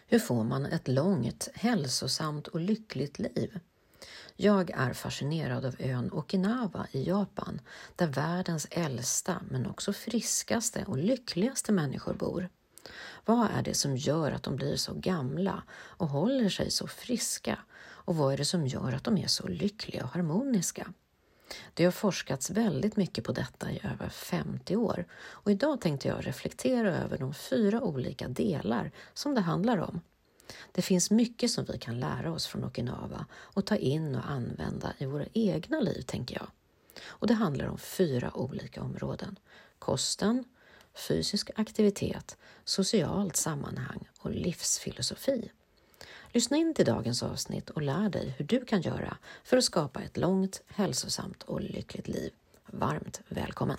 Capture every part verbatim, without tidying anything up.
Hur får man ett långt, hälsosamt och lyckligt liv? Jag är fascinerad av ön Okinawa i Japan, där världens äldsta men också friskaste och lyckligaste människor bor. Vad är det som gör att de blir så gamla och håller sig så friska? Och vad är det som gör att de är så lyckliga och harmoniska? Det har forskats väldigt mycket på detta i över femtio år och idag tänkte jag reflektera över de fyra olika delar som det handlar om. Det finns mycket som vi kan lära oss från Okinawa och ta in och använda i våra egna liv, tänker jag. Och det handlar om fyra olika områden. Kosten, fysisk aktivitet, socialt sammanhang och livsfilosofi. Lyssna in till dagens avsnitt och lär dig hur du kan göra för att skapa ett långt, hälsosamt och lyckligt liv. Varmt välkommen!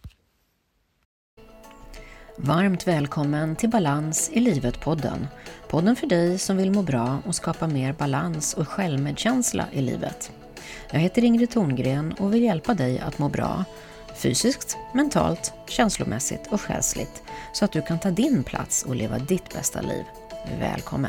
Varmt välkommen till Balans i livet-podden. Podden för dig som vill må bra och skapa mer balans och självmedkänsla i livet. Jag heter Ingrid Thorngren och vill hjälpa dig att må bra, fysiskt, mentalt, känslomässigt och själsligt, så att du kan ta din plats och leva ditt bästa liv. Välkommen!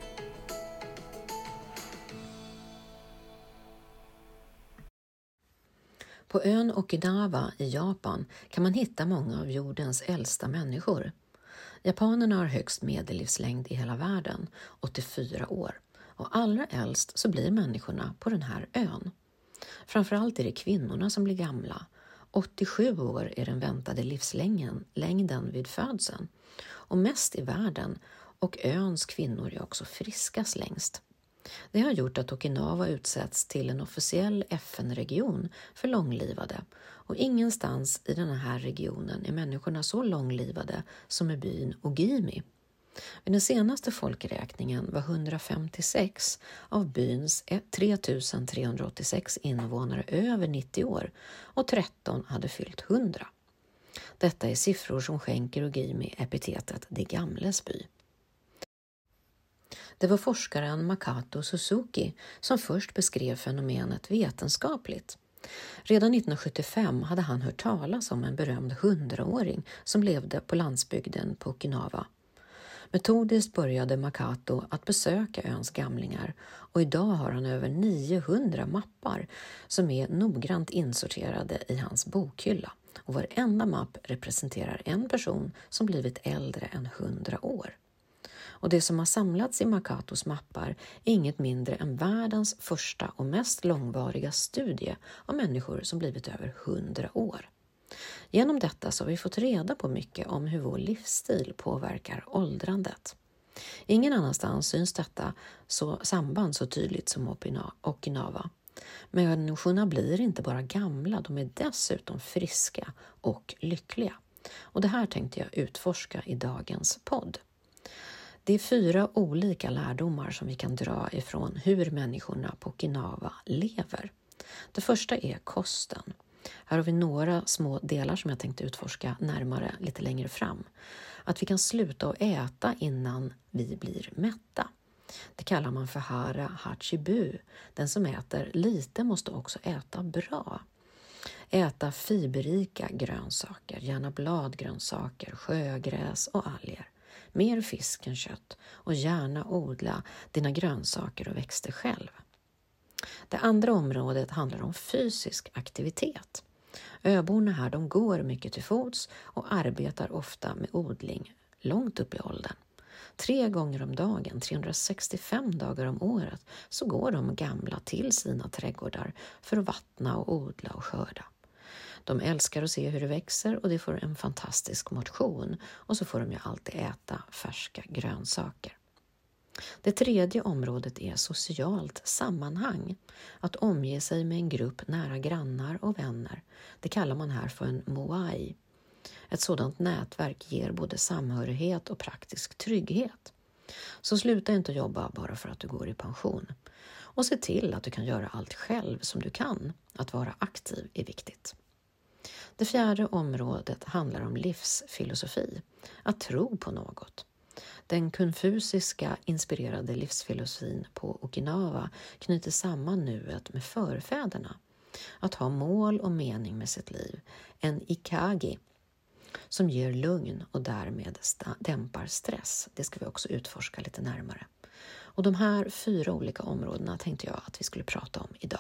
På ön Okinawa i Japan kan man hitta många av jordens äldsta människor. Japanerna har högst medellivslängd i hela världen, åttiofyra år. Och allra äldst så blir människorna på den här ön. Framförallt är det kvinnorna som blir gamla. åttiosju år är den väntade livslängden längden vid födseln. Och mest i världen, och öns kvinnor är också friskast längst. Det har gjort att Okinawa utsätts till en officiell F N-region för långlivade, och ingenstans i den här regionen är människorna så långlivade som i byn Ogimi. Vid den senaste folkräkningen var hundrafemtiosex av byns tre tusen trehundraåttiosex invånare över nittio år och tretton hade fyllt hundra. Detta är siffror som skänker Ogimi epitetet de gamles by. Det var forskaren Makoto Suzuki som först beskrev fenomenet vetenskapligt. Redan nittonhundrasjuttiofem hade han hört talas om en berömd hundraåring som levde på landsbygden på Okinawa. Metodiskt började Makoto att besöka öns gamlingar och idag har han över niohundra mappar som är noggrant insorterade i hans bokhylla. Och varenda mapp representerar en person som blivit äldre än hundra år. Och det som har samlats i Makotos mappar är inget mindre än världens första och mest långvariga studie av människor som blivit över hundra år. Genom detta så har vi fått reda på mycket om hur vår livsstil påverkar åldrandet. Ingen annanstans syns detta så samband så tydligt som Okinawa. Människorna blir inte bara gamla, de är dessutom friska och lyckliga. Och det här tänkte jag utforska i dagens podd. Det är fyra olika lärdomar som vi kan dra ifrån hur människorna på Okinawa lever. Det första är kosten. Här har vi några små delar som jag tänkte utforska närmare lite längre fram. Att vi kan sluta att äta innan vi blir mätta. Det kallar man för hara hachibu. Den som äter lite måste också äta bra. Äta fiberrika grönsaker, gärna bladgrönsaker, sjögräs och alger. Mer fisk än kött och gärna odla dina grönsaker och växter själv. Det andra området handlar om fysisk aktivitet. Öborna här de går mycket till fots och arbetar ofta med odling långt upp i åldern. Tre gånger om dagen, trehundrasextiofem dagar om året, så går de gamla till sina trädgårdar för att vattna och odla och skörda. De älskar att se hur det växer och det får en fantastisk motion, och så får de ju alltid äta färska grönsaker. Det tredje området är socialt sammanhang. Att omge sig med en grupp nära grannar och vänner. Det kallar man här för en moai. Ett sådant nätverk ger både samhörighet och praktisk trygghet. Så sluta inte jobba bara för att du går i pension. Och se till att du kan göra allt själv som du kan. Att vara aktiv är viktigt. Det fjärde området handlar om livsfilosofi. Att tro på något. Den konfuciska inspirerade livsfilosofin på Okinawa knyter samman nuet med förfäderna. Att ha mål och mening med sitt liv. En ikagi. som ger lugn och därmed dämpar stress. Det ska vi också utforska lite närmare. Och de här fyra olika områdena tänkte jag att vi skulle prata om idag.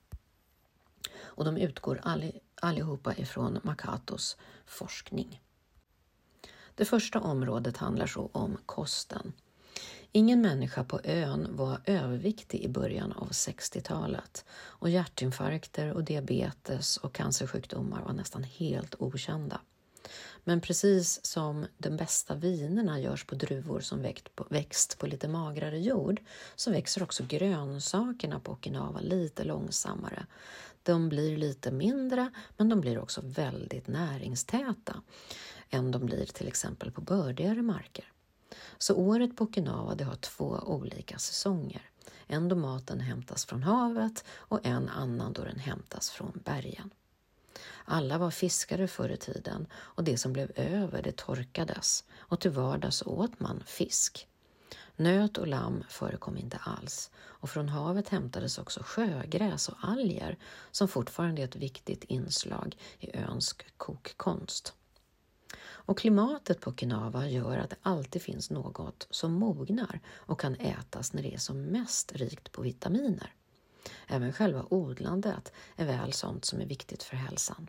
Och de utgår allihopa ifrån Makatos forskning. Det första området handlar så om kosten. Ingen människa på ön var överviktig i början av sextiotalet och hjärtinfarkter och diabetes och cancersjukdomar var nästan helt okända. Men precis som de bästa vinerna görs på druvor som växt på, växt på lite magrare jord, så växer också grönsakerna på Okinawa lite långsammare. De blir lite mindre, men de blir också väldigt näringstäta än de blir till exempel på bördigare marker. Så året på Okinawa det har två olika säsonger. En då maten hämtas från havet och en annan då den hämtas från bergen. Alla var fiskare förr i tiden och det som blev över det torkades och till vardags åt man fisk. Nöt och lamm förekom inte alls och från havet hämtades också sjögräs och alger som fortfarande är ett viktigt inslag i öns kokkonst. Och klimatet på Okinawa gör att det alltid finns något som mognar och kan ätas när det är som mest rikt på vitaminer. Även själva odlandet är väl sånt som är viktigt för hälsan.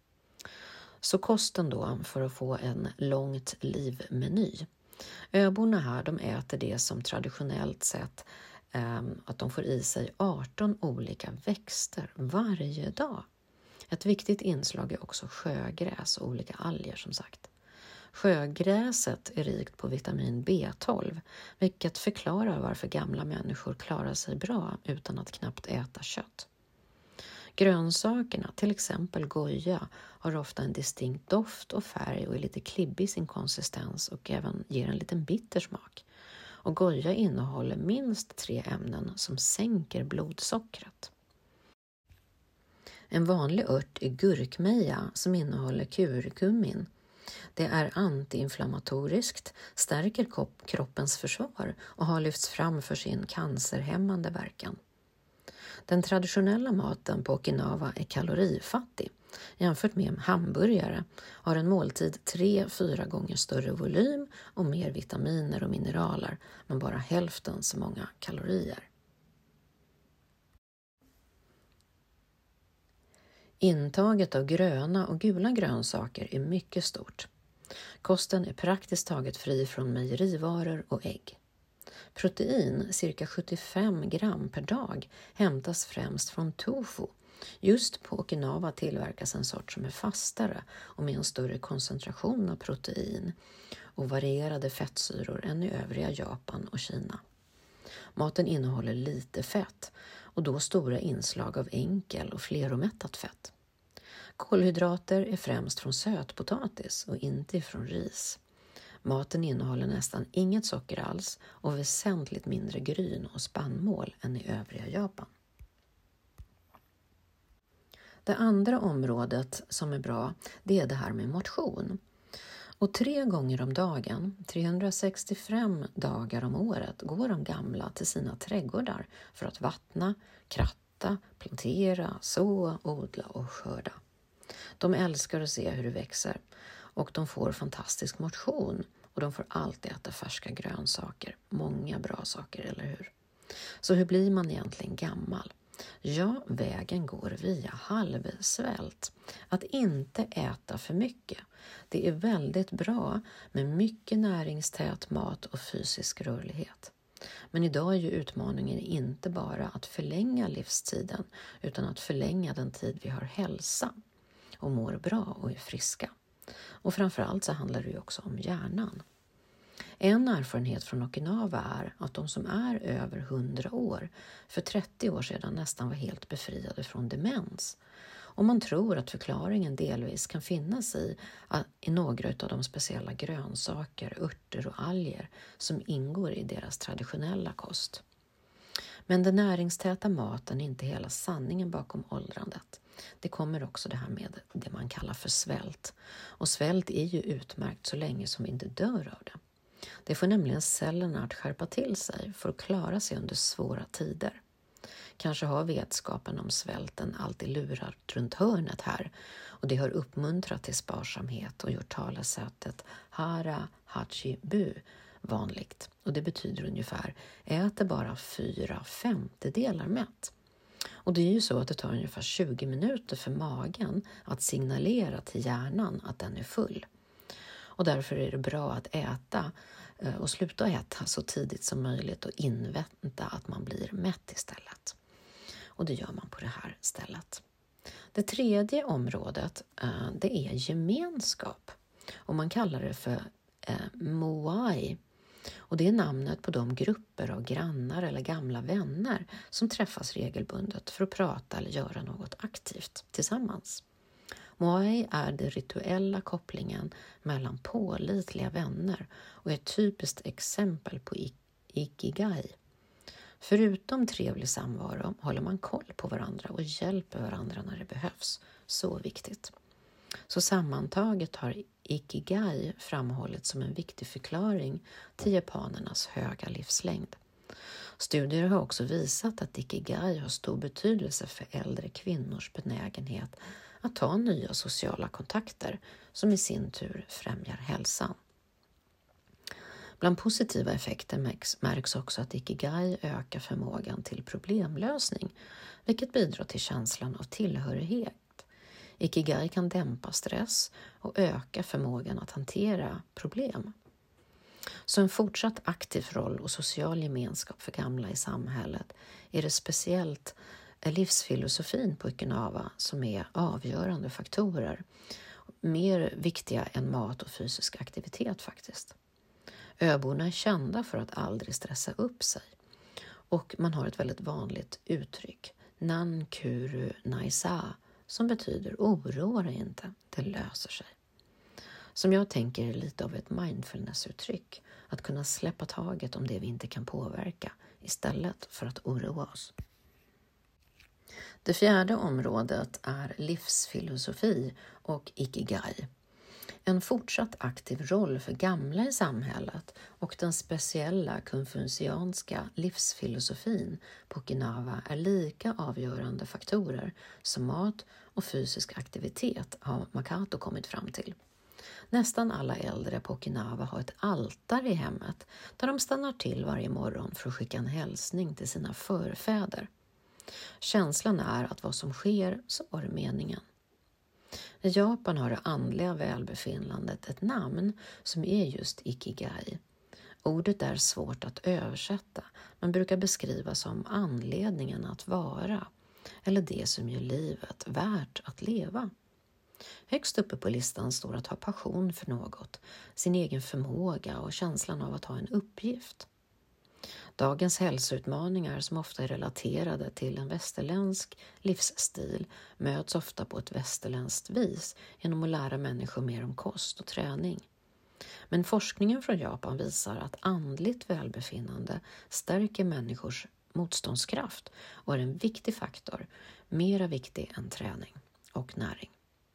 Så kosten då för att få en långt liv-meny. Öborna här de äter det som traditionellt sett eh, att de får i sig arton olika växter varje dag. Ett viktigt inslag är också sjögräs och olika alger som sagt. Sjögräset är rikt på vitamin B tolv, vilket förklarar varför gamla människor klarar sig bra utan att knappt äta kött. Grönsakerna, till exempel goja, har ofta en distinkt doft och färg och är lite klibbig i sin konsistens och även ger en liten bitter smak. Och goja innehåller minst tre ämnen som sänker blodsockret. En vanlig ört är gurkmeja som innehåller kurkumin. Det är antiinflammatoriskt, stärker kroppens försvar och har lyfts fram för sin cancerhämmande verkan. Den traditionella maten på Okinawa är kalorifattig. Jämfört med hamburgare har en måltid tre fyra gånger större volym och mer vitaminer och mineraler, men bara hälften så många kalorier. Intaget av gröna och gula grönsaker är mycket stort. Kosten är praktiskt taget fri från mejerivaror och ägg. Protein, cirka sjuttiofem gram per dag, hämtas främst från tofu. Just på Okinawa tillverkas en sort som är fastare och med en större koncentration av protein och varierade fettsyror än i övriga Japan och Kina. Maten innehåller lite fett och då stora inslag av enkel och fleromättat fett. Kolhydrater är främst från sötpotatis och inte från ris. Maten innehåller nästan inget socker alls och väsentligt mindre gryn och spannmål än i övriga Japan. Det andra området som är bra, det är det här med motion. Och tre gånger om dagen, trehundrasextiofem dagar om året, går de gamla till sina trädgårdar för att vattna, kratta, plantera, så, odla och skörda. De älskar att se hur det växer och de får fantastisk motion och de får alltid äta färska grönsaker. Många bra saker, eller hur? Så hur blir man egentligen gammal? Ja, vägen går via halvsvält. Att inte äta för mycket. Det är väldigt bra med mycket näringstät mat och fysisk rörlighet. Men idag är ju utmaningen inte bara att förlänga livstiden utan att förlänga den tid vi har hälsa och mår bra och är friska. Och framförallt så handlar det ju också om hjärnan. En erfarenhet från Okinawa är att de som är över hundra år för trettio år sedan nästan var helt befriade från demens. Och man tror att förklaringen delvis kan finnas i, i några av de speciella grönsaker, örter och alger som ingår i deras traditionella kost. Men den näringstäta maten är inte hela sanningen bakom åldrandet. Det kommer också det här med det man kallar för svält. Och svält är ju utmärkt så länge som vi inte dör av det. Det får nämligen cellerna att skärpa till sig för att klara sig under svåra tider. kanske har vetskapen om svälten alltid lurat runt hörnet här, och det har uppmuntrat till sparsamhet och gjort talesättet hara hachi bu vanligt. Och det betyder ungefär äter bara fyra femtedelar mätt. Och det är ju så att det tar ungefär tjugo minuter för magen att signalera till hjärnan att den är full. Och därför är det bra att äta och sluta äta så tidigt som möjligt och invänta att man blir mätt istället. Och det gör man på det här stället. Det tredje området, det är gemenskap. Och man kallar det för moai. Och det är namnet på de grupper av grannar eller gamla vänner som träffas regelbundet för att prata eller göra något aktivt tillsammans. Moai är den rituella kopplingen mellan pålitliga vänner och är ett typiskt exempel på ikigai. Förutom trevlig samvaro håller man koll på varandra och hjälper varandra när det behövs. Så viktigt. Så sammantaget har ikigai framhållits som en viktig förklaring till japanernas höga livslängd. Studier har också visat att ikigai har stor betydelse för äldre kvinnors benägenhet att ta nya sociala kontakter som i sin tur främjar hälsan. Bland positiva effekter märks också att ikigai ökar förmågan till problemlösning, vilket bidrar till känslan av tillhörighet. Ikigai kan dämpa stress och öka förmågan att hantera problem. Så en fortsatt aktiv roll och social gemenskap för gamla i samhället är det speciellt livsfilosofin på Okinawa som är avgörande faktorer. Mer viktiga än mat och fysisk aktivitet faktiskt. Öborna är kända för att aldrig stressa upp sig. Och man har ett väldigt vanligt uttryck, nankuru naisa, som betyder oroa dig inte, det löser sig. Som jag tänker är lite av ett mindfulness-uttryck, att kunna släppa taget om det vi inte kan påverka istället för att oroa oss. Det fjärde området är livsfilosofi och ikigai. En fortsatt aktiv roll för gamla i samhället och den speciella konfucianska livsfilosofin på Okinawa är lika avgörande faktorer som mat och fysisk aktivitet, har Makato kommit fram till. Nästan alla äldre på Okinawa har ett altare i hemmet där de stannar till varje morgon för att skicka en hälsning till sina förfäder. Känslan är att vad som sker så var det meningen. I Japan har det andliga välbefinnandet ett namn som är just ikigai. Ordet är svårt att översätta, men brukar beskrivas som anledningen att vara eller det som gör livet värt att leva. Högst uppe på listan står att ha passion för något, sin egen förmåga och känslan av att ha en uppgift. Dagens hälsoutmaningar som ofta är relaterade till en västerländsk livsstil möts ofta på ett västerländskt vis genom att lära människor mer om kost och träning. Men forskningen från Japan visar att andligt välbefinnande stärker människors motståndskraft och är en viktig faktor, mera viktig än träning och näring.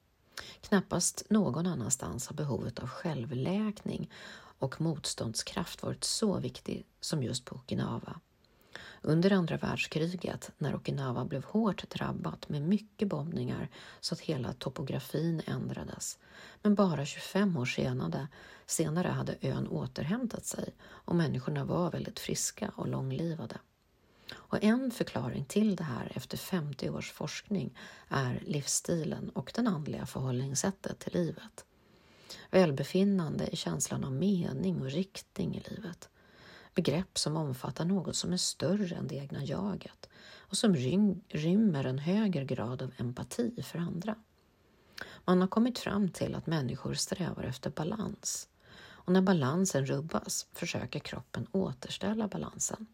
Knappast någon annanstans har behovet av självläkning och motståndskraft varit så viktig som just på Okinawa. Under andra världskriget, när Okinawa blev hårt drabbat med mycket bombningar så att hela topografin ändrades, men bara tjugofem år senare, senare hade ön återhämtat sig och människorna var väldigt friska och långlivade. Och en förklaring till det här efter femtio års forskning är livsstilen och den andliga förhållningssättet till livet. Välbefinnande är känslan av mening och riktning i livet. Begrepp som omfattar något som är större än det egna jaget och som rymmer en högre grad av empati för andra. Man har kommit fram till att människor strävar efter balans. Och när balansen rubbas försöker kroppen återställa balansen.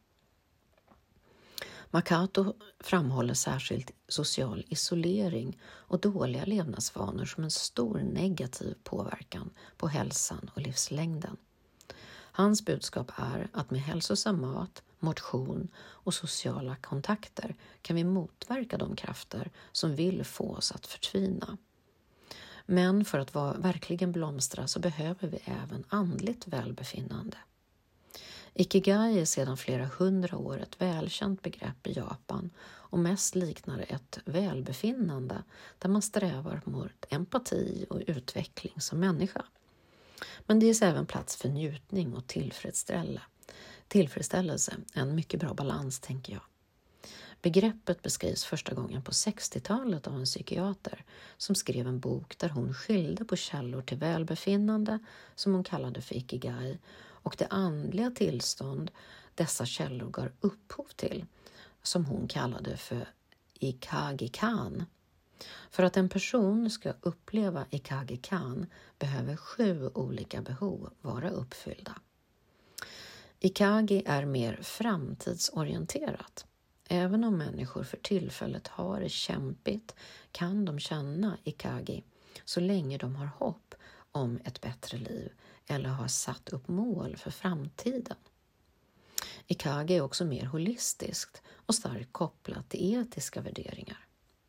Makato framhåller särskilt social isolering och dåliga levnadsvanor som en stor negativ påverkan på hälsan och livslängden. Hans budskap är att med hälsosam mat, motion och sociala kontakter kan vi motverka de krafter som vill få oss att förtvina. Men för att vara, verkligen blomstra så behöver vi även andligt välbefinnande. Ikigai är sedan flera hundra år ett välkänt begrepp i Japan och mest liknar ett välbefinnande där man strävar mot empati och utveckling som människa. Men det ges även plats för njutning och tillfredsställelse. Tillfredsställelse, en mycket bra balans tänker jag. Begreppet beskrivs första gången på sextiotalet av en psykiater som skrev en bok där hon skilde på källor till välbefinnande, som hon kallade för ikigai, och det andliga tillstånd dessa källor gav upphov till, som hon kallade för ikagi-kan. För att en person ska uppleva ikagi-kan behöver sju olika behov vara uppfyllda. Ikagi är mer framtidsorienterat. Även om människor för tillfället har det kämpigt kan de känna ikagi så länge de har hopp om ett bättre liv eller har satt upp mål för framtiden. Ikagi är också mer holistiskt och starkt kopplat till etiska värderingar.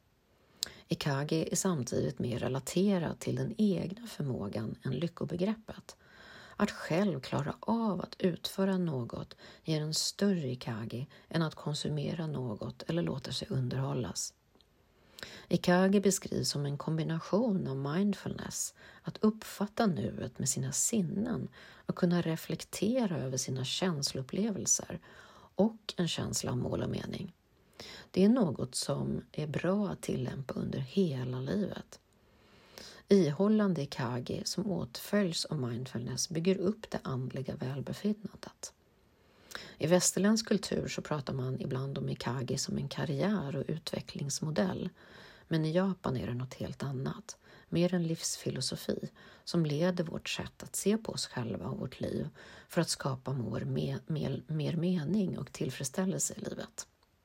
Ikagi är samtidigt mer relaterad till den egna förmågan än lyckobegreppet. Att själv klara av att utföra något ger en större ikagi än att konsumera något eller låta sig underhållas. Ikagi beskrivs som en kombination av mindfulness, att uppfatta nuet med sina sinnen och kunna reflektera över sina känsloupplevelser, och en känsla av mål och mening. Det är något som är bra att tillämpa under hela livet. Ihållande ikagi som åtföljs av mindfulness bygger upp det andliga välbefinnandet. I västerländsk kultur så pratar man ibland om ikagi som en karriär- och utvecklingsmodell, men i Japan är det något helt annat, mer en livsfilosofi som leder vårt sätt att se på oss själva och vårt liv för att skapa mer, mer, mer mening och tillfredsställelse i livet.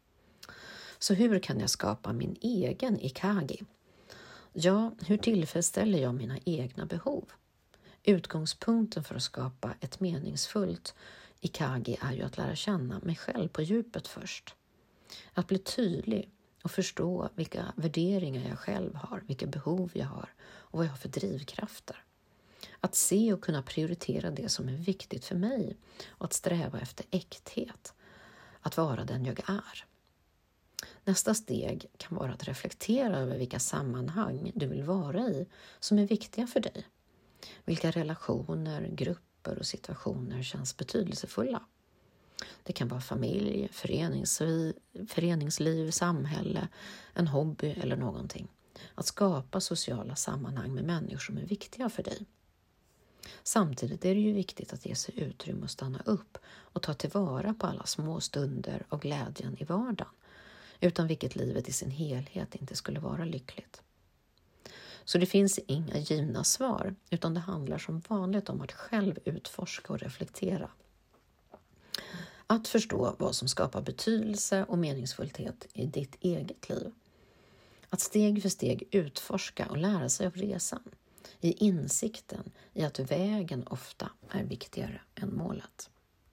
Så hur kan jag skapa min egen ikagi? Ja, hur tillfredsställer jag mina egna behov? Utgångspunkten för att skapa ett meningsfullt ikagi är ju att lära känna mig själv på djupet först. Att bli tydlig och förstå vilka värderingar jag själv har, vilka behov jag har och vad jag har för drivkrafter. Att se och kunna prioritera det som är viktigt för mig och att sträva efter äkthet. Att vara den jag är. Nästa steg kan vara att reflektera över vilka sammanhang du vill vara i som är viktiga för dig. Vilka relationer, grupper och situationer känns betydelsefulla. Det kan vara familj, föreningsliv, föreningsliv, samhälle, en hobby eller någonting. Att skapa sociala sammanhang med människor som är viktiga för dig. Samtidigt är det ju viktigt att ge sig utrymme att stanna upp och ta tillvara på alla små stunder av glädjen i vardagen, utan vilket livet i sin helhet inte skulle vara lyckligt. Så det finns inga givna svar, utan det handlar som vanligt om att själv utforska och reflektera. Att förstå vad som skapar betydelse och meningsfullhet i ditt eget liv. Att steg för steg utforska och lära sig av resan. I insikten i att vägen ofta är viktigare än målet.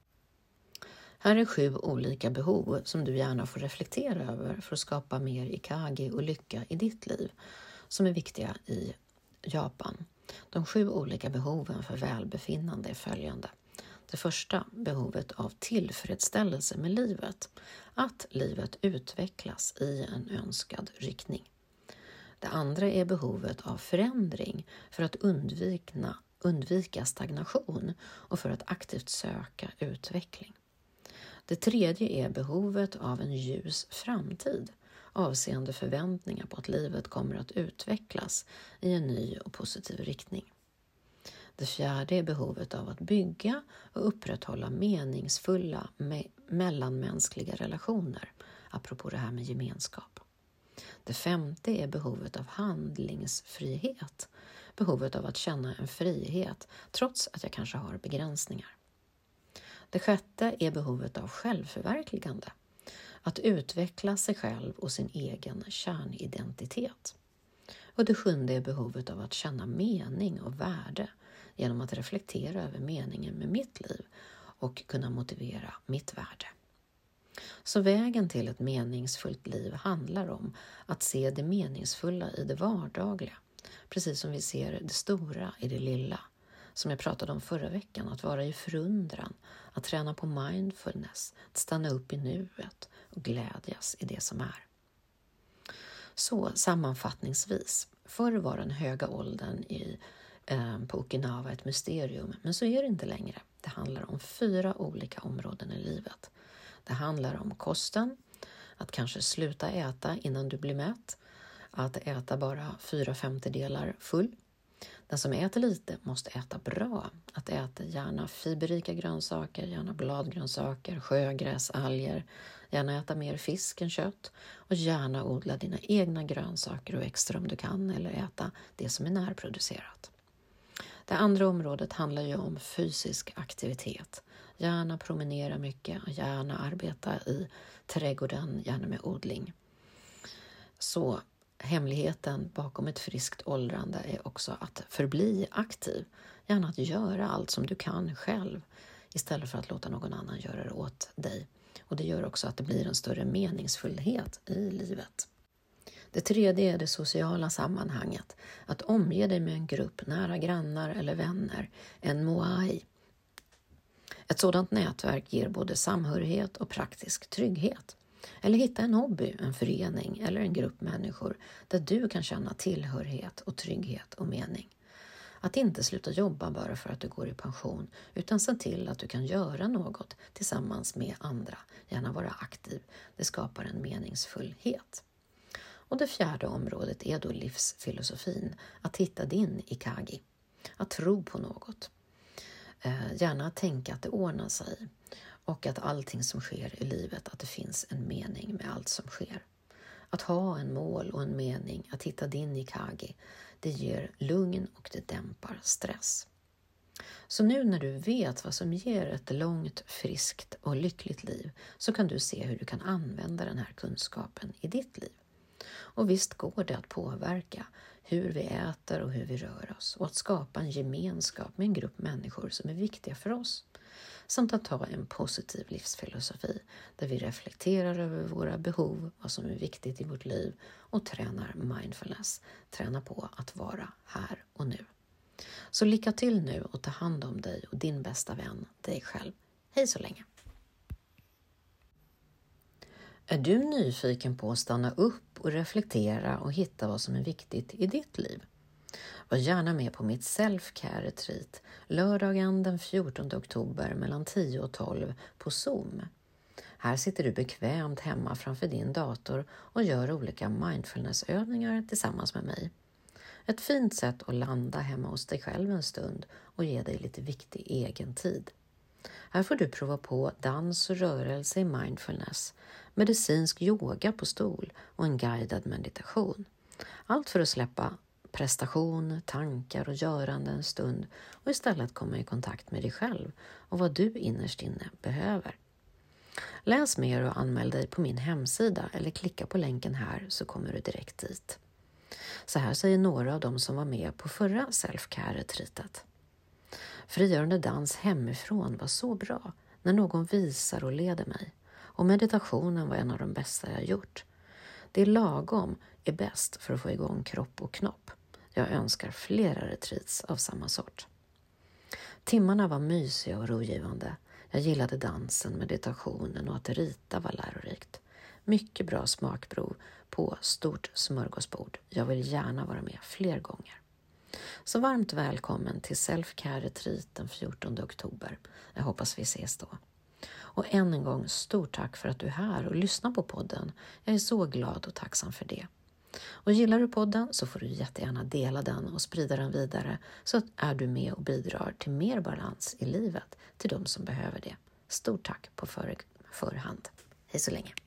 Här är sju olika behov som du gärna får reflektera över för att skapa mer ikagi och lycka i ditt liv, som är viktiga i Japan. De sju olika behoven för välbefinnande är följande. Det första, behovet av tillfredsställelse med livet. Att livet utvecklas i en önskad riktning. Det andra är behovet av förändring för att undvika, undvika stagnation och för att aktivt söka utveckling. Det tredje är behovet av en ljus framtid avseende förväntningar på att livet kommer att utvecklas i en ny och positiv riktning. Det fjärde är behovet av att bygga och upprätthålla meningsfulla me- mellanmänskliga relationer, apropå det här med gemenskap. Det femte är behovet av handlingsfrihet, behovet av att känna en frihet trots att jag kanske har begränsningar. Det sjätte är behovet av självförverkligande, att utveckla sig själv och sin egen kärnidentitet. Och det sjunde är behovet av att känna mening och värde genom att reflektera över meningen med mitt liv och kunna motivera mitt värde. Så vägen till ett meningsfullt liv handlar om att se det meningsfulla i det vardagliga, precis som vi ser det stora i det lilla. som jag pratade om förra veckan, att vara i förundran, att träna på mindfulness, att stanna upp i nuet och glädjas i det som är. Så sammanfattningsvis, förr var den höga åldern i, eh, på Okinawa ett mysterium, men så är det inte längre. Det handlar om fyra olika områden i livet. Det handlar om kosten, att kanske sluta äta innan du blir mätt, att äta bara fyra femtedelar full. Den som äter lite måste äta bra, att äta gärna fiberrika grönsaker, gärna bladgrönsaker, sjögräs, alger, gärna äta mer fisk än kött och gärna odla dina egna grönsaker och extra om du kan, eller äta det som är närproducerat. Det andra området handlar ju om fysisk aktivitet. Gärna promenera mycket och gärna arbeta i trädgården, gärna med odling. Så hemligheten bakom ett friskt åldrande är också att förbli aktiv. Gärna att göra allt som du kan själv istället för att låta någon annan göra det åt dig. Och det gör också att det blir en större meningsfullhet i livet. Det tredje är det sociala sammanhanget. Att omge dig med en grupp nära grannar eller vänner, en moai. Ett sådant nätverk ger både samhörighet och praktisk trygghet. Eller hitta en hobby, en förening eller en grupp människor där du kan känna tillhörighet och trygghet och mening. Att inte sluta jobba bara för att du går i pension, utan se till att du kan göra något tillsammans med andra. Gärna vara aktiv. Det skapar en meningsfullhet. Och det fjärde området är då livsfilosofin. Att hitta din ikagi. Att tro på något. Eh, gärna tänka att det ordnar sig. Och att allting som sker i livet, att det finns en mening med allt som sker. Att ha en mål och en mening, att hitta din ikagi, det ger lugn och det dämpar stress. Så nu när du vet vad som ger ett långt, friskt och lyckligt liv, så kan du se hur du kan använda den här kunskapen i ditt liv. Och visst går det att påverka hur vi äter och hur vi rör oss och att skapa en gemenskap med en grupp människor som är viktiga för oss. Samt att ha en positiv livsfilosofi där vi reflekterar över våra behov, vad som är viktigt i vårt liv och tränar mindfulness, tränar på att vara här och nu. Så lycka till nu och ta hand om dig och din bästa vän, dig själv. Hej så länge! Är du nyfiken på att stanna upp och reflektera och hitta vad som är viktigt i ditt liv? Var gärna med på mitt self-care-retreat lördagen den fjortonde oktober mellan tio och tolv på Zoom. Här sitter du bekvämt hemma framför din dator och gör olika mindfulnessövningar tillsammans med mig. Ett fint sätt att landa hemma hos dig själv en stund och ge dig lite viktig egen tid. Här får du prova på dans och rörelse i mindfulness, medicinsk yoga på stol och en guidad meditation. Allt för att släppa prestation, tankar och görande en stund och istället komma i kontakt med dig själv och vad du innerst inne behöver. Läs mer och anmäl dig på min hemsida eller klicka på länken här så kommer du direkt dit. Så här säger några av dem som var med på förra self-care-retreatet. Frigörande dans hemifrån var så bra när någon visar och leder mig. Och meditationen var en av de bästa jag gjort. Det är lagom är bäst för att få igång kropp och knopp. Jag önskar flera retreats av samma sort. Timmarna var mysiga och rogivande. Jag gillade dansen, meditationen och att rita var lärorikt. Mycket bra smakprov på stort smörgåsbord. Jag vill gärna vara med fler gånger. Så varmt välkommen till Self-Care-retreat den fjortonde oktober. Jag hoppas vi ses då. Och än en gång stort tack för att du är här och lyssnar på podden. Jag är så glad och tacksam för det. Och gillar du podden så får du jättegärna dela den och sprida den vidare så att är du med och bidrar till mer balans i livet till de som behöver det. Stort tack på för- förhand. Hej så länge.